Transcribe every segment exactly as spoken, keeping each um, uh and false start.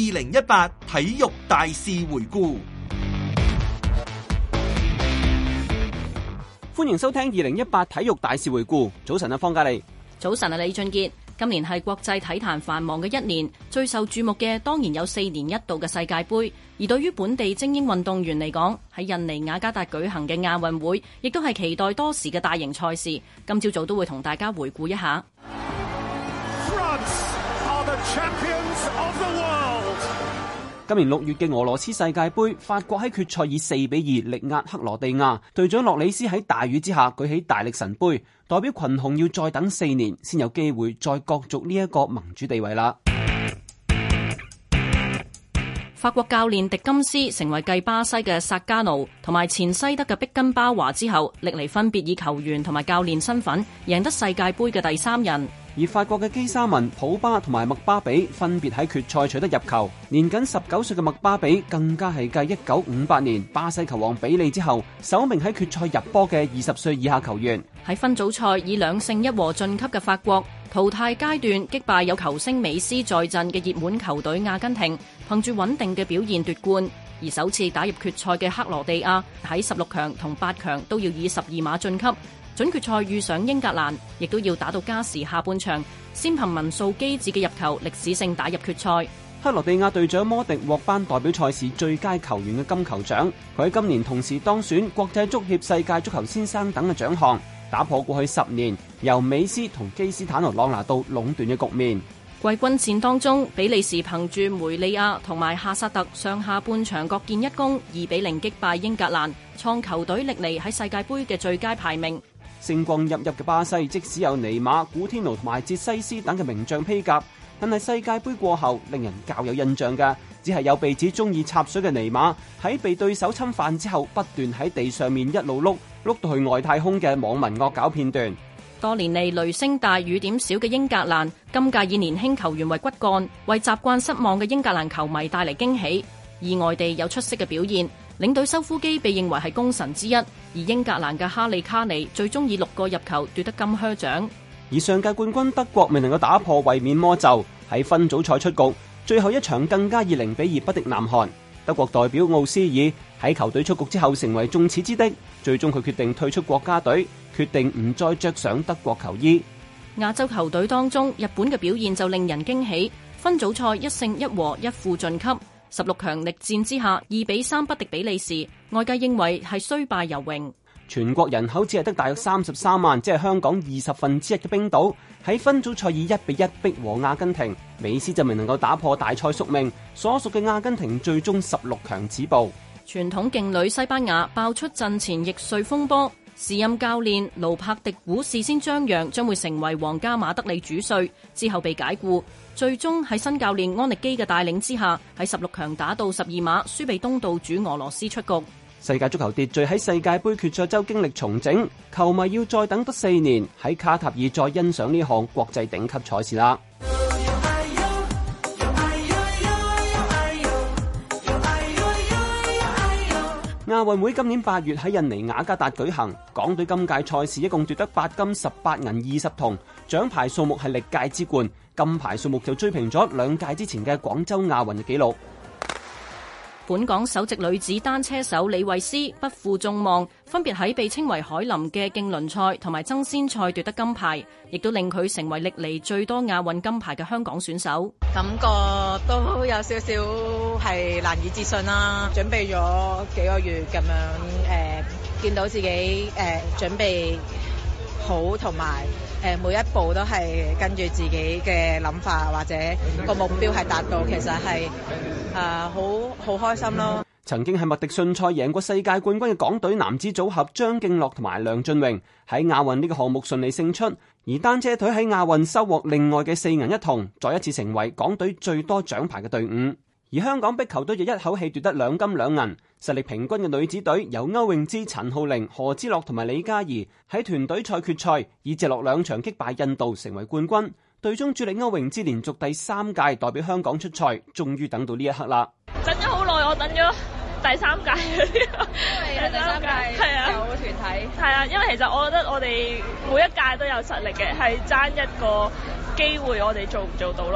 零一八體育大事回顧。 歡迎收聽二零一八體育大事回顧。早晨啊，方嘉莉。 早晨啊，李俊傑。今年係國際體壇繁忙嘅一年，最受注目嘅當然有四年一度嘅世界盃。而對於本地精英運動員嚟講，喺印尼雅加達舉行嘅亞運會，亦都係期待多時嘅大型賽事。今朝早都會同大家回顧一下。 今年六月嘅俄羅斯世界盃，法國喺決賽以四比二力壓克羅地亞，隊長洛里斯喺大雨之下舉起大力神杯，代表群雄要再等四年先有機會再角逐呢一個盟主地位啦。 法國教練迪金斯成為繼巴西嘅薩加奴同埋前西德嘅碧根包華之後，歷嚟分別以球員同埋教練身份贏得世界盃嘅第三人。 而法國嘅基沙文、普巴同埋麥巴比分別喺決賽取得入球，年僅十九歲嘅麥巴比更加係繼一九五八年巴西球王比利之後，首名喺決賽入波嘅二十歲以下球員。 喺分組賽以兩勝一和晉級嘅法國，淘汰階段擊敗有球星美斯在陣嘅熱門球隊阿根廷，憑住穩定嘅表現奪冠。而首次打入決賽嘅克羅地亞喺十六強同八強都要以十二碼晉級。準決賽遇上英格蘭，亦都要打到加時下半場，先憑文素基治嘅入球歷史性打入決賽。 克羅地亞隊長摩迪獲頒代表賽事最佳球員嘅金球獎，佢喺今年同時當選國際足協世界足球先生等嘅獎項，打破過去十年由美斯同基斯坦奴朗拿度壟斷嘅局面。 季軍戰當中，比利時憑住梅利亞同埋夏薩特上下半場各建一功，二比零擊敗英格蘭，創球隊歷嚟喺世界盃嘅最佳排名。 星光熠熠嘅巴西，即使有尼馬、古天奴同埋哲西斯等嘅名將披甲，但係世界盃過後令人較有印象嘅，只係有被指中意插水嘅尼馬喺被對手侵犯之後，不斷喺地上面一路碌碌到去外太空嘅網民惡搞片段。 多年嚟雷聲大雨點少嘅英格蘭，今屆以年輕球員為骨幹，為習慣失望嘅英格蘭球迷帶嚟驚喜。意外地有出色嘅表現，領隊修夫基被認為係功臣之一，而英格蘭嘅哈利卡尼最終以六個入球奪得金靴獎。 而上屆冠軍德國未能夠打破衛冕魔咒，喺分組賽出局，最後一場更加以零比二不敵南韓。德國代表奧斯爾喺球隊出局之後成為眾矢之的，最終佢決定退出國家隊，決定唔再着上德國球衣。 亞洲球隊當中，日本嘅表現就令人驚喜，分組賽一勝一和一負晉級。十六強力戰之下，二比三不敵比利時，外界認為係雖敗猶榮。 全國人口只係得大約三十三萬，即係香港二十分之一嘅冰島，喺分組賽以一比一逼和阿根廷，美斯就未能夠打破大賽宿命，所屬嘅阿根廷最終十六強止步。 傳統勁旅西班牙爆出陣前易帥風波，時任教練盧柏迪古事先張揚將會成為皇家馬德里主帥，之後被解僱，最終喺新教練安力基嘅帶領之下，喺十六強打到十二碼，輸俾東道主俄羅斯出局。 世界足球秩序喺世界盃決賽周經歷重整，球迷要再等得四年，喺卡塔爾再欣賞呢項國際頂級賽事啦。亞運會今年八月喺印尼雅加達舉行，港隊今屆賽事一共奪得八金十八銀二十銅，獎牌數目係歷屆之冠，金牌數目就追平咗兩屆之前嘅廣州亞運嘅紀錄。 本港首席女子單車手李慧詩不負眾望，分別喺被稱為海林嘅競輪賽同埋爭先賽奪得金牌，亦都令佢成為歷嚟最多亞運金牌嘅香港選手。 感覺都有少少係難以置信啦，準備咗幾個月咁樣，誒、呃、見到自己誒、呃、準備好，同埋誒每一步都係跟住自己嘅諗法或者個目標係達到，其實係誒好好開心咯。 曾經係麥迪遜賽贏過世界冠軍嘅港隊男子組合張敬樂同埋梁俊榮喺亞運呢個項目順利勝出，而單車隊喺亞運收穫另外嘅四銀一銅，再一次成為港隊最多獎牌嘅隊伍。而香港壁球隊就一口氣奪得兩金兩銀，實力平均嘅女子隊由歐詠芝、陳浩鈴、何之樂同埋李嘉怡喺團隊賽決賽以直落兩場擊敗印度成為冠軍。隊中主力歐詠芝連續第三屆代表香港出賽，終於等到呢一刻啦！ 等咗好耐，我等咗第三屆， 第三屆係啊，有團體係啊，因為其實我覺得我哋每一屆都有實力嘅，係爭一個機會，我哋做唔做到咯。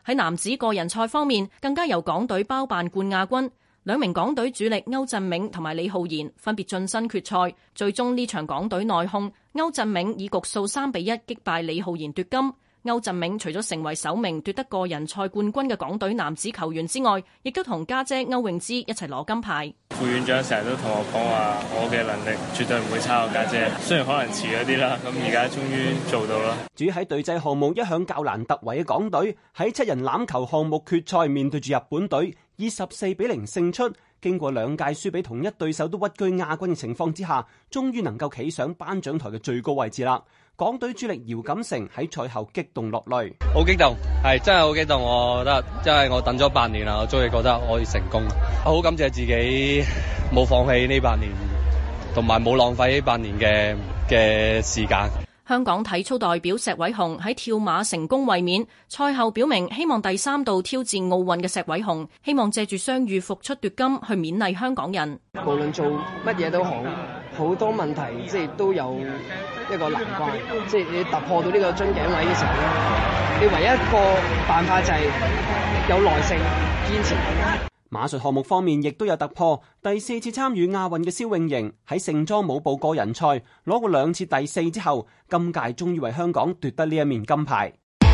喺男子個人賽方面，更加由港隊包辦冠亞軍。兩名港隊主力歐振銘同埋李浩然分別晉身決賽，最終呢場港隊內訌，歐振銘以局數三比一擊敗李浩然奪金。歐振銘除咗成為首名奪得個人賽冠軍嘅港隊男子球員之外，亦都同家姐歐詠芝一齊攞金牌。 副院長成日都同我講話，我嘅能力絕對唔會差我家姐，雖然可能遲咗啲啦，咁而家終於做到啦。 至於喺隊際項目一向較難突圍嘅港隊，喺七人欖球項目決賽面對住日本隊，以十四比零勝出。經過兩屆輸俾同一對手都屈居亞軍嘅情況之下，終於能夠企上頒獎台嘅最高位置啦。港隊主力姚錦成喺賽後激動落淚， 好激動，係真係好激動。我覺得真係我等咗八年啦，我終於覺得可以成功。我好感謝自己冇放棄呢八年，同埋冇浪費呢八年嘅嘅時間。 香港體操代表石偉雄喺跳馬成功衛冕，賽後表明希望第三度挑戰奧運嘅石偉雄，希望借住傷愈復出奪金去勉勵香港人。 無論做乜嘢都好，好多問題即係都有一個難關，即係你突破到呢個樽頸位嘅時候咧，你唯一一個辦法就係有耐性堅持。 馬術項目方面亦都有突破，第四次參與亞運嘅蕭穎瑩喺盛裝舞步個人賽攞過兩次第四之後，今屆終於為香港奪得呢一面金牌。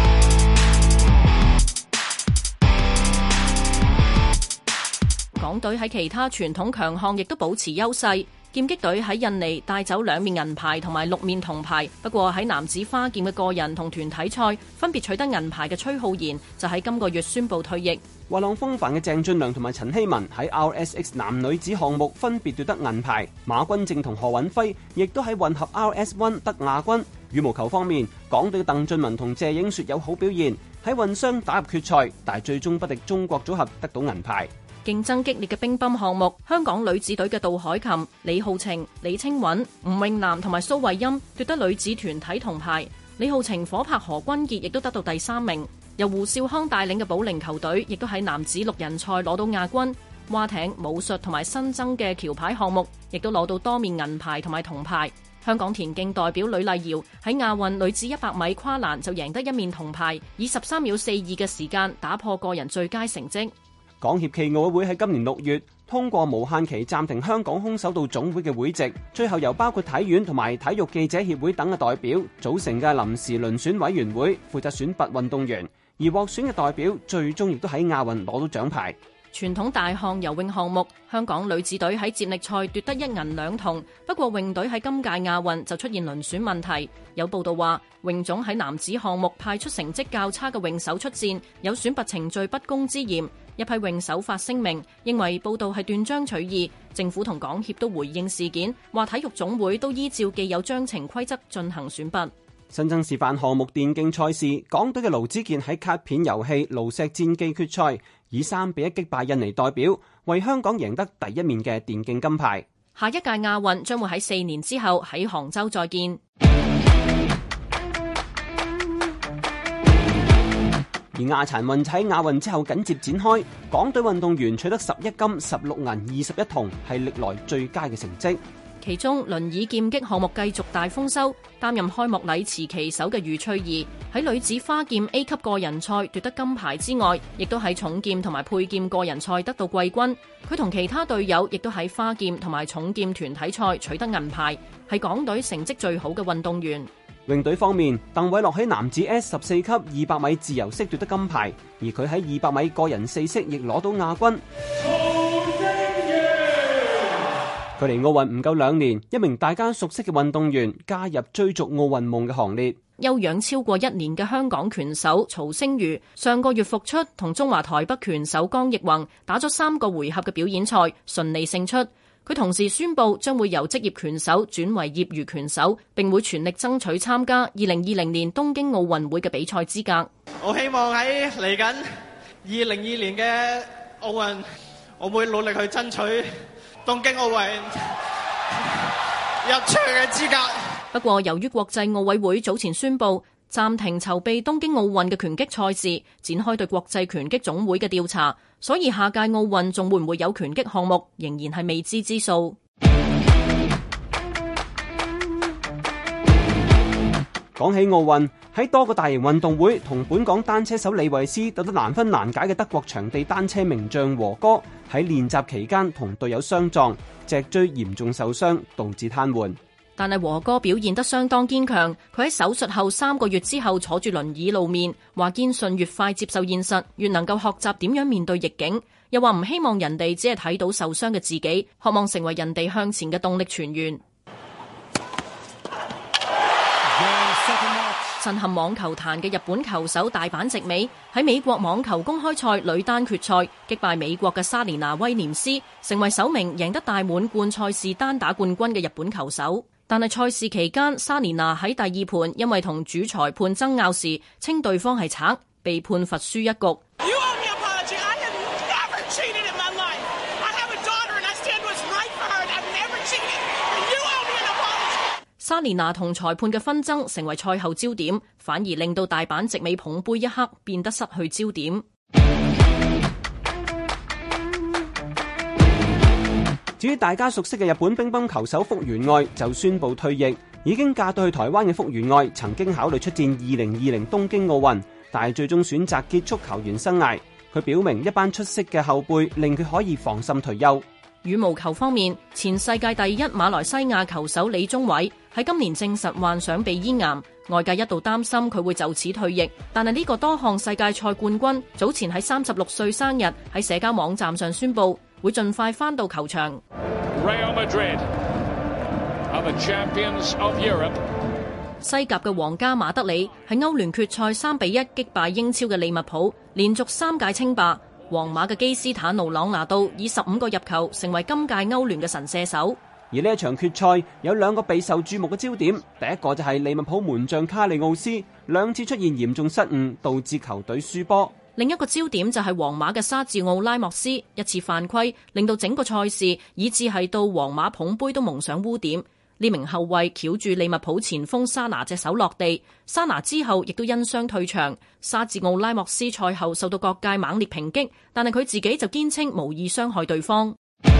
港隊喺其他傳統強項亦都保持優勢。劍擊隊喺印尼帶走兩面銀牌同埋六面銅牌，不過喺男子花劍嘅個人同團體賽分別取得銀牌嘅崔浩然就喺今個月宣布退役。 滑浪風帆嘅鄭俊良同埋陳希文喺 R S X 男女子項目分別奪得銀牌，馬君正同何允輝亦都喺混合 R S 一得亞軍。羽毛球方面，港隊嘅鄧俊文同謝影雪有好表現，喺混雙打入決賽，但係最終不敵中國組合得到銀牌。 競爭激烈嘅乒乓項目，香港女子隊嘅杜凱琹、李浩晴、李清韻、吳詠南同埋蘇慧音奪得女子團體銅牌。李浩晴夥拍何君傑亦都得到第三名。由胡少康帶領嘅保齡球隊亦都喺男子六人賽攞到亞軍。划艇、武術同埋新增嘅橋牌項目，亦都攞到多面銀牌同埋銅牌。香港田徑代表呂麗瑤喺亞運女子一百米跨欄就贏得一面銅牌，以十三秒四二嘅時間打破個人最佳成績。 港協暨奧委會喺今年六月通過無限期暫停香港空手道總會嘅會籍，最後由包括體院同埋體育記者協會等嘅代表組成嘅臨時遴選委員會，負責選拔運動員，而獲選嘅代表最終亦都喺亞運攞到獎牌。 傳統大項游泳項目，香港女子隊喺接力賽奪得一銀兩銅，不過泳隊喺今屆亞運就出現遴選問題。有報道話，泳總喺男子項目派出成績較差嘅泳手出戰，有選拔程序不公之嫌。一批泳手發聲明，認為報道係斷章取義。政府同港協都回應事件，話體育總會都依照既有章程規則進行選拔。 新增示範項目電競賽事，港隊嘅盧子健喺卡片遊戲爐石戰記決賽以三比一擊敗印尼代表，為香港贏得第一面嘅電競金牌。 下一屆亞運將會喺四年之後喺杭州再見。 而亞殘運喺亞運之後緊接展開，港隊運動員取得十一金、十六銀、二十一銅，係歷來最佳嘅成績。 其中輪椅劍擊項目繼續大豐收，擔任開幕禮持旗手嘅余翠怡喺女子花劍 A 級個人賽奪得金牌之外，亦都喺重劍同埋佩劍個人賽得到季軍。佢同其他隊友亦都喺花劍同埋重劍團體賽取得銀牌，係港隊成績最好嘅運動員。 泳隊方面，鄧偉樂喺男子 S 十四級二百米自由式奪得金牌，而佢喺二百米個人四式亦攞到亞軍。距離奧運唔夠兩年，一名大家熟悉嘅運動員加入追逐奧運夢嘅行列。 休養超過一年嘅香港拳手曹星如上個月復出，同中華台北拳手江奕宏打咗三個回合嘅表演賽，順利勝出。佢同時宣布將會由職業拳手轉為業餘拳手，並會全力爭取參加二零二零年東京奧運會嘅比賽資格。 我希望喺嚟緊二零二年嘅奧運，我會努力去爭取東京奧運入場嘅資格。 不過由於國際奧委會早前宣布暫停籌備東京奧運嘅拳擊賽事，展開對國際拳擊總會嘅調查，所以下屆奧運仲會唔會有拳擊項目，仍然係未知之數。 講起奧運，喺多個大型運動會同本港單車手李慧詩鬥得難分難解嘅德國場地單車名將和哥喺練習期間同隊友相撞，脊椎嚴重受傷，導致癱瘓。 但係和哥表現得相當堅強，佢喺手術後三個月之後坐住輪椅露面，話堅信越快接受現實，越能夠學習點樣面對逆境，又話唔希望人哋只係睇到受傷嘅自己，渴望成為人哋向前嘅動力泉源。震撼網球壇嘅日本球手大阪直美喺美國網球公開賽女單決賽擊敗美國嘅莎蓮娜威廉斯，成為首名贏得大滿貫賽事單打冠軍嘅日本球手。但係賽事期間，莎蓮娜喺第二盤因為同主裁判爭拗時稱對方係賊，被判罰輸一局。莎蓮娜同裁判嘅紛爭成為賽後焦點，反而令到大阪直美捧杯一刻變得失去焦點。 至於大家熟悉嘅日本乒乓球手福原愛就宣布退役，已經嫁到去台灣嘅福原愛曾經考慮出戰二零二零東京奧運，但係最終選擇結束球員生涯。佢表明一班出色嘅後輩令佢可以放心退休。 羽毛球方面，前世界第一馬來西亞球手李宗偉喺今年證實患上鼻咽癌，外界一度擔心佢會就此退役，但係呢個多項世界賽冠軍早前喺三十六歲生日喺社交網站上宣布會盡快返到球場。 Real Madrid are the champions of Europe. 西甲嘅皇家馬德里喺歐聯決賽三比一擊敗英超嘅利物浦，連續三屆稱霸。皇馬嘅基斯坦奴朗拿度以十五個入球成為今屆歐聯嘅神射手。 而呢一場決賽有兩個備受注目嘅焦點，第一個就係利物浦門將卡利奧斯兩次出現嚴重失誤，導致球隊輸波。 另一個焦點就係皇馬嘅沙治奧拉莫斯一次犯規，令到整個賽事以至係到皇馬捧杯都蒙上污點。呢名後衛翹住利物浦前鋒沙拿隻手落地，沙拿之後亦都因傷退場。沙治奧拉莫斯賽後受到各界猛烈抨擊，但係佢自己就堅稱無意傷害對方。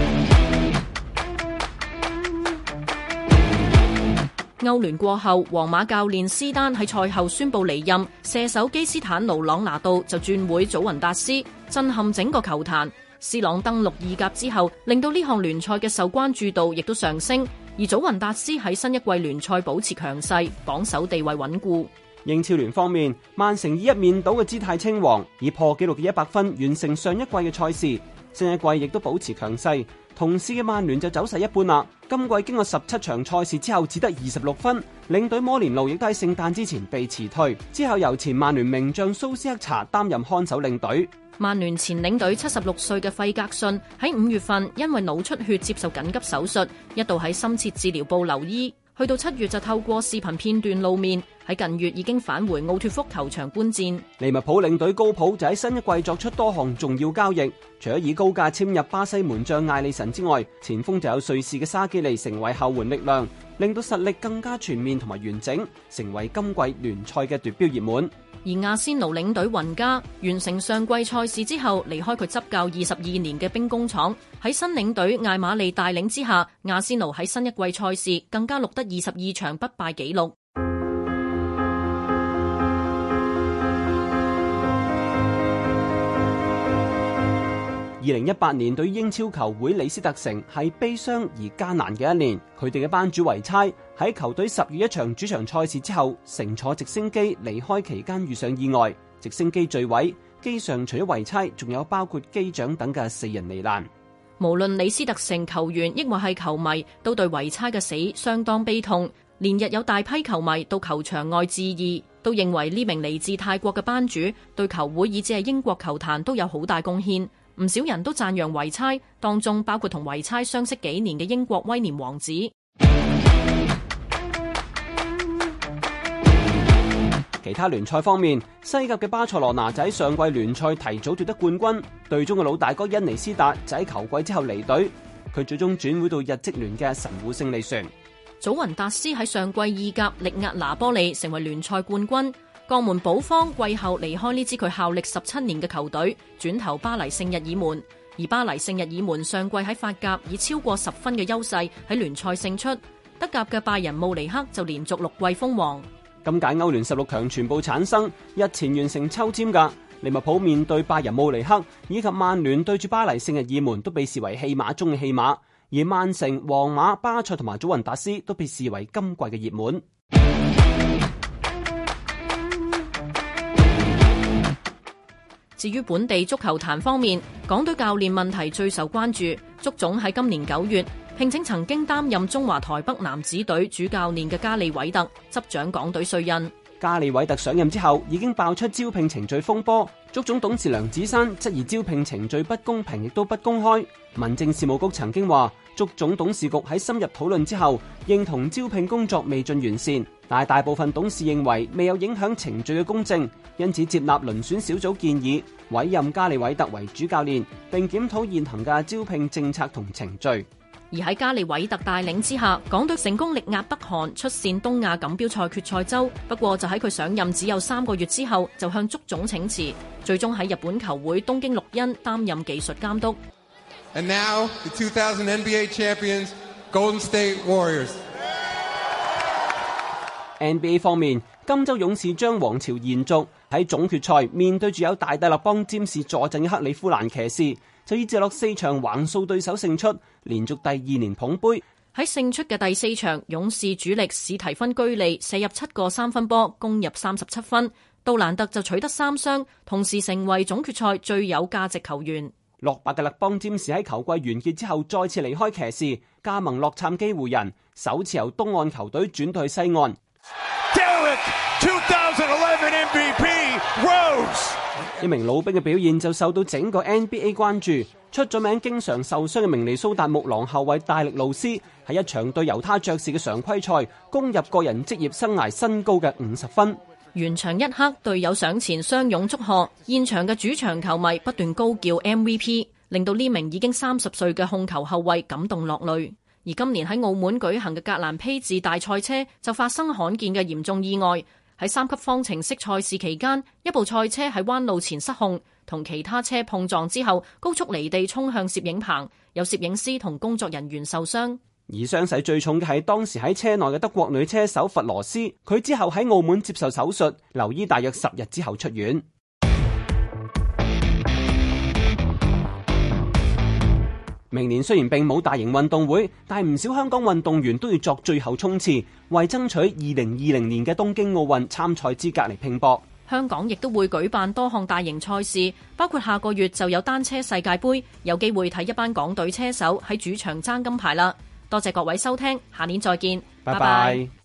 歐聯過後，皇馬教練斯丹喺賽後宣布離任，射手基斯坦奴朗拿度就轉會祖雲達斯，震撼整個球壇。斯朗登陸意甲之後，令到呢項聯賽嘅受關注度亦都上升。而祖雲達斯喺新一季聯賽保持強勢，榜首地位穩固。 英超聯方面，曼城以一面倒嘅姿態稱王，以破紀錄嘅一百分完成上一季嘅賽事。新一季亦都保持強勢，同市嘅曼聯就走勢一般啦。今季經過十七場賽事之後，只得二十六分。領隊摩連奴亦都喺聖誕之前被辭退，之後由前曼聯名將蘇斯克查擔任看守領隊。 曼聯前領隊七十六歲嘅費格遜喺五月份因為腦出血接受緊急手術，一度喺深切治療部留醫。去到七月就透過視頻片段露面，喺近月已經返回奧脫福球場觀戰。 利物浦領隊高普就喺新一季作出多項重要交易，除咗以高價簽入巴西門將艾利臣之外，前鋒就有瑞士嘅沙基利成為後援力量，令到實力更加全面同埋完整，成為今季聯賽嘅奪標熱門。 而阿仙奴領隊雲加完成上季賽事之後，離開佢執教二十二年嘅兵工廠，喺新領隊艾馬利帶領之下，阿仙奴喺新一季賽事更加錄得二十二場不敗紀錄。 二零一八年對英超球會李斯特城係悲傷而艱難嘅一年，佢哋嘅班主維差喺球隊十月一場主場賽事之後，乘坐直升機離開期間遇上意外，直升機墜毀，機上除咗維差，仲有包括機長等嘅四人罹難。 無論李斯特城球員抑或係球迷，都對維差嘅死相當悲痛。連日有大批球迷到球場外致意，都認為呢名嚟自泰國嘅班主對球會以至係英國球壇都有好大貢獻。唔少人都讚揚維差，當中包括同維差相識幾年嘅英國威廉王子。 其他聯賽方面，西甲嘅巴塞羅那就喺上季聯賽提早奪得冠軍，隊中嘅老大哥恩尼斯達就喺球季之後離隊，佢最終轉會到日職聯嘅神戶勝利船。 祖雲達斯喺上季意甲力壓拿波利，成為聯賽冠軍。國門保方季後離開呢支佢效力十七年嘅球隊，轉投巴黎聖日耳門。而巴黎聖日耳門上季喺法甲以超過十分嘅優勢喺聯賽勝出，德甲嘅拜仁慕尼黑就連續六季封王。 今屆歐聯十六強全部產生，日前完成抽籤㗎。利物浦面對拜仁慕尼黑，以及曼聯對住巴黎聖日耳門都被視為戲碼中嘅戲碼，而曼城、皇馬、巴塞同埋祖雲達斯都被視為今季嘅熱門。 至於本地足球壇方面，港隊教練問題最受關注。足總喺今年九月聘請曾經擔任中華台北男子隊主教練嘅加利韋特執掌港隊帥印。 加利韋特上任之後，已經爆出招聘程序風波。足總董事梁子珊質疑招聘程序不公平，亦都不公開。民政事務局曾經話，足總董事局喺深入討論之後，認同招聘工作未盡完善，但係大部分董事認為未有影響程序嘅公正，因此接納遴選小組建議，委任加利韋特為主教練，並檢討現行嘅招聘政策同程序。 而喺加利韋特帶領之下，港隊成功力壓北韓出線東亞錦標賽決賽周。不過就喺佢上任只有三個月之後，就向足總請辭，最終喺日本球會東京綠茵擔任技術監督。 And now the two thousand N B A champions, Golden State Warriors. N B A 方面，金州勇士將王朝延續，喺總決賽面對住有大帝勒邦占士坐鎮嘅克里夫蘭騎士，就以直落四場橫掃對手勝出，連續第二年捧杯。 喺勝出嘅第四場，勇士主力史提芬居利射入七個三分波，攻入三十七分。杜蘭特就取得三雙，同時成為總決賽最有價值球員。 落敗嘅勒邦占士喺球季完結之後再次離開騎士，加盟洛杉磯湖人，首次由東岸球隊轉到西岸。 Derek, twenty eleven M V P Rose。 一名老兵嘅表現就受到整個 N B A 關注。出咗名經常受傷嘅明尼蘇達木狼後衛戴力路斯喺一場對猶他爵士嘅常規賽攻入個人職業生涯新高嘅五十分。 完場一刻，隊友上前相擁祝賀，現場嘅主場球迷不斷高叫 M V P， 令到呢名已經三十歲嘅控球後衛感動落淚。而今年喺澳門舉行嘅格蘭披治大賽車就發生罕見嘅嚴重意外，喺三級方程式賽事期間，一部賽車喺彎路前失控，同其他車碰撞之後高速離地衝向攝影棚，有攝影師同工作人員受傷。 而傷勢最重嘅係當時喺車內嘅德國女車手弗羅斯，佢之後喺澳門接受手術，留醫大約十日之後出院。明年雖然並冇大型運動會，但係唔少香港運動員都要作最後衝刺，為爭取二零二零年嘅東京奧運參賽資格嚟拼搏。 香港亦都會舉辦多項大型賽事，包括下個月就有單車世界盃，有機會睇一班港隊車手喺主場爭金牌啦。多謝各位收聽，下年再見，拜拜。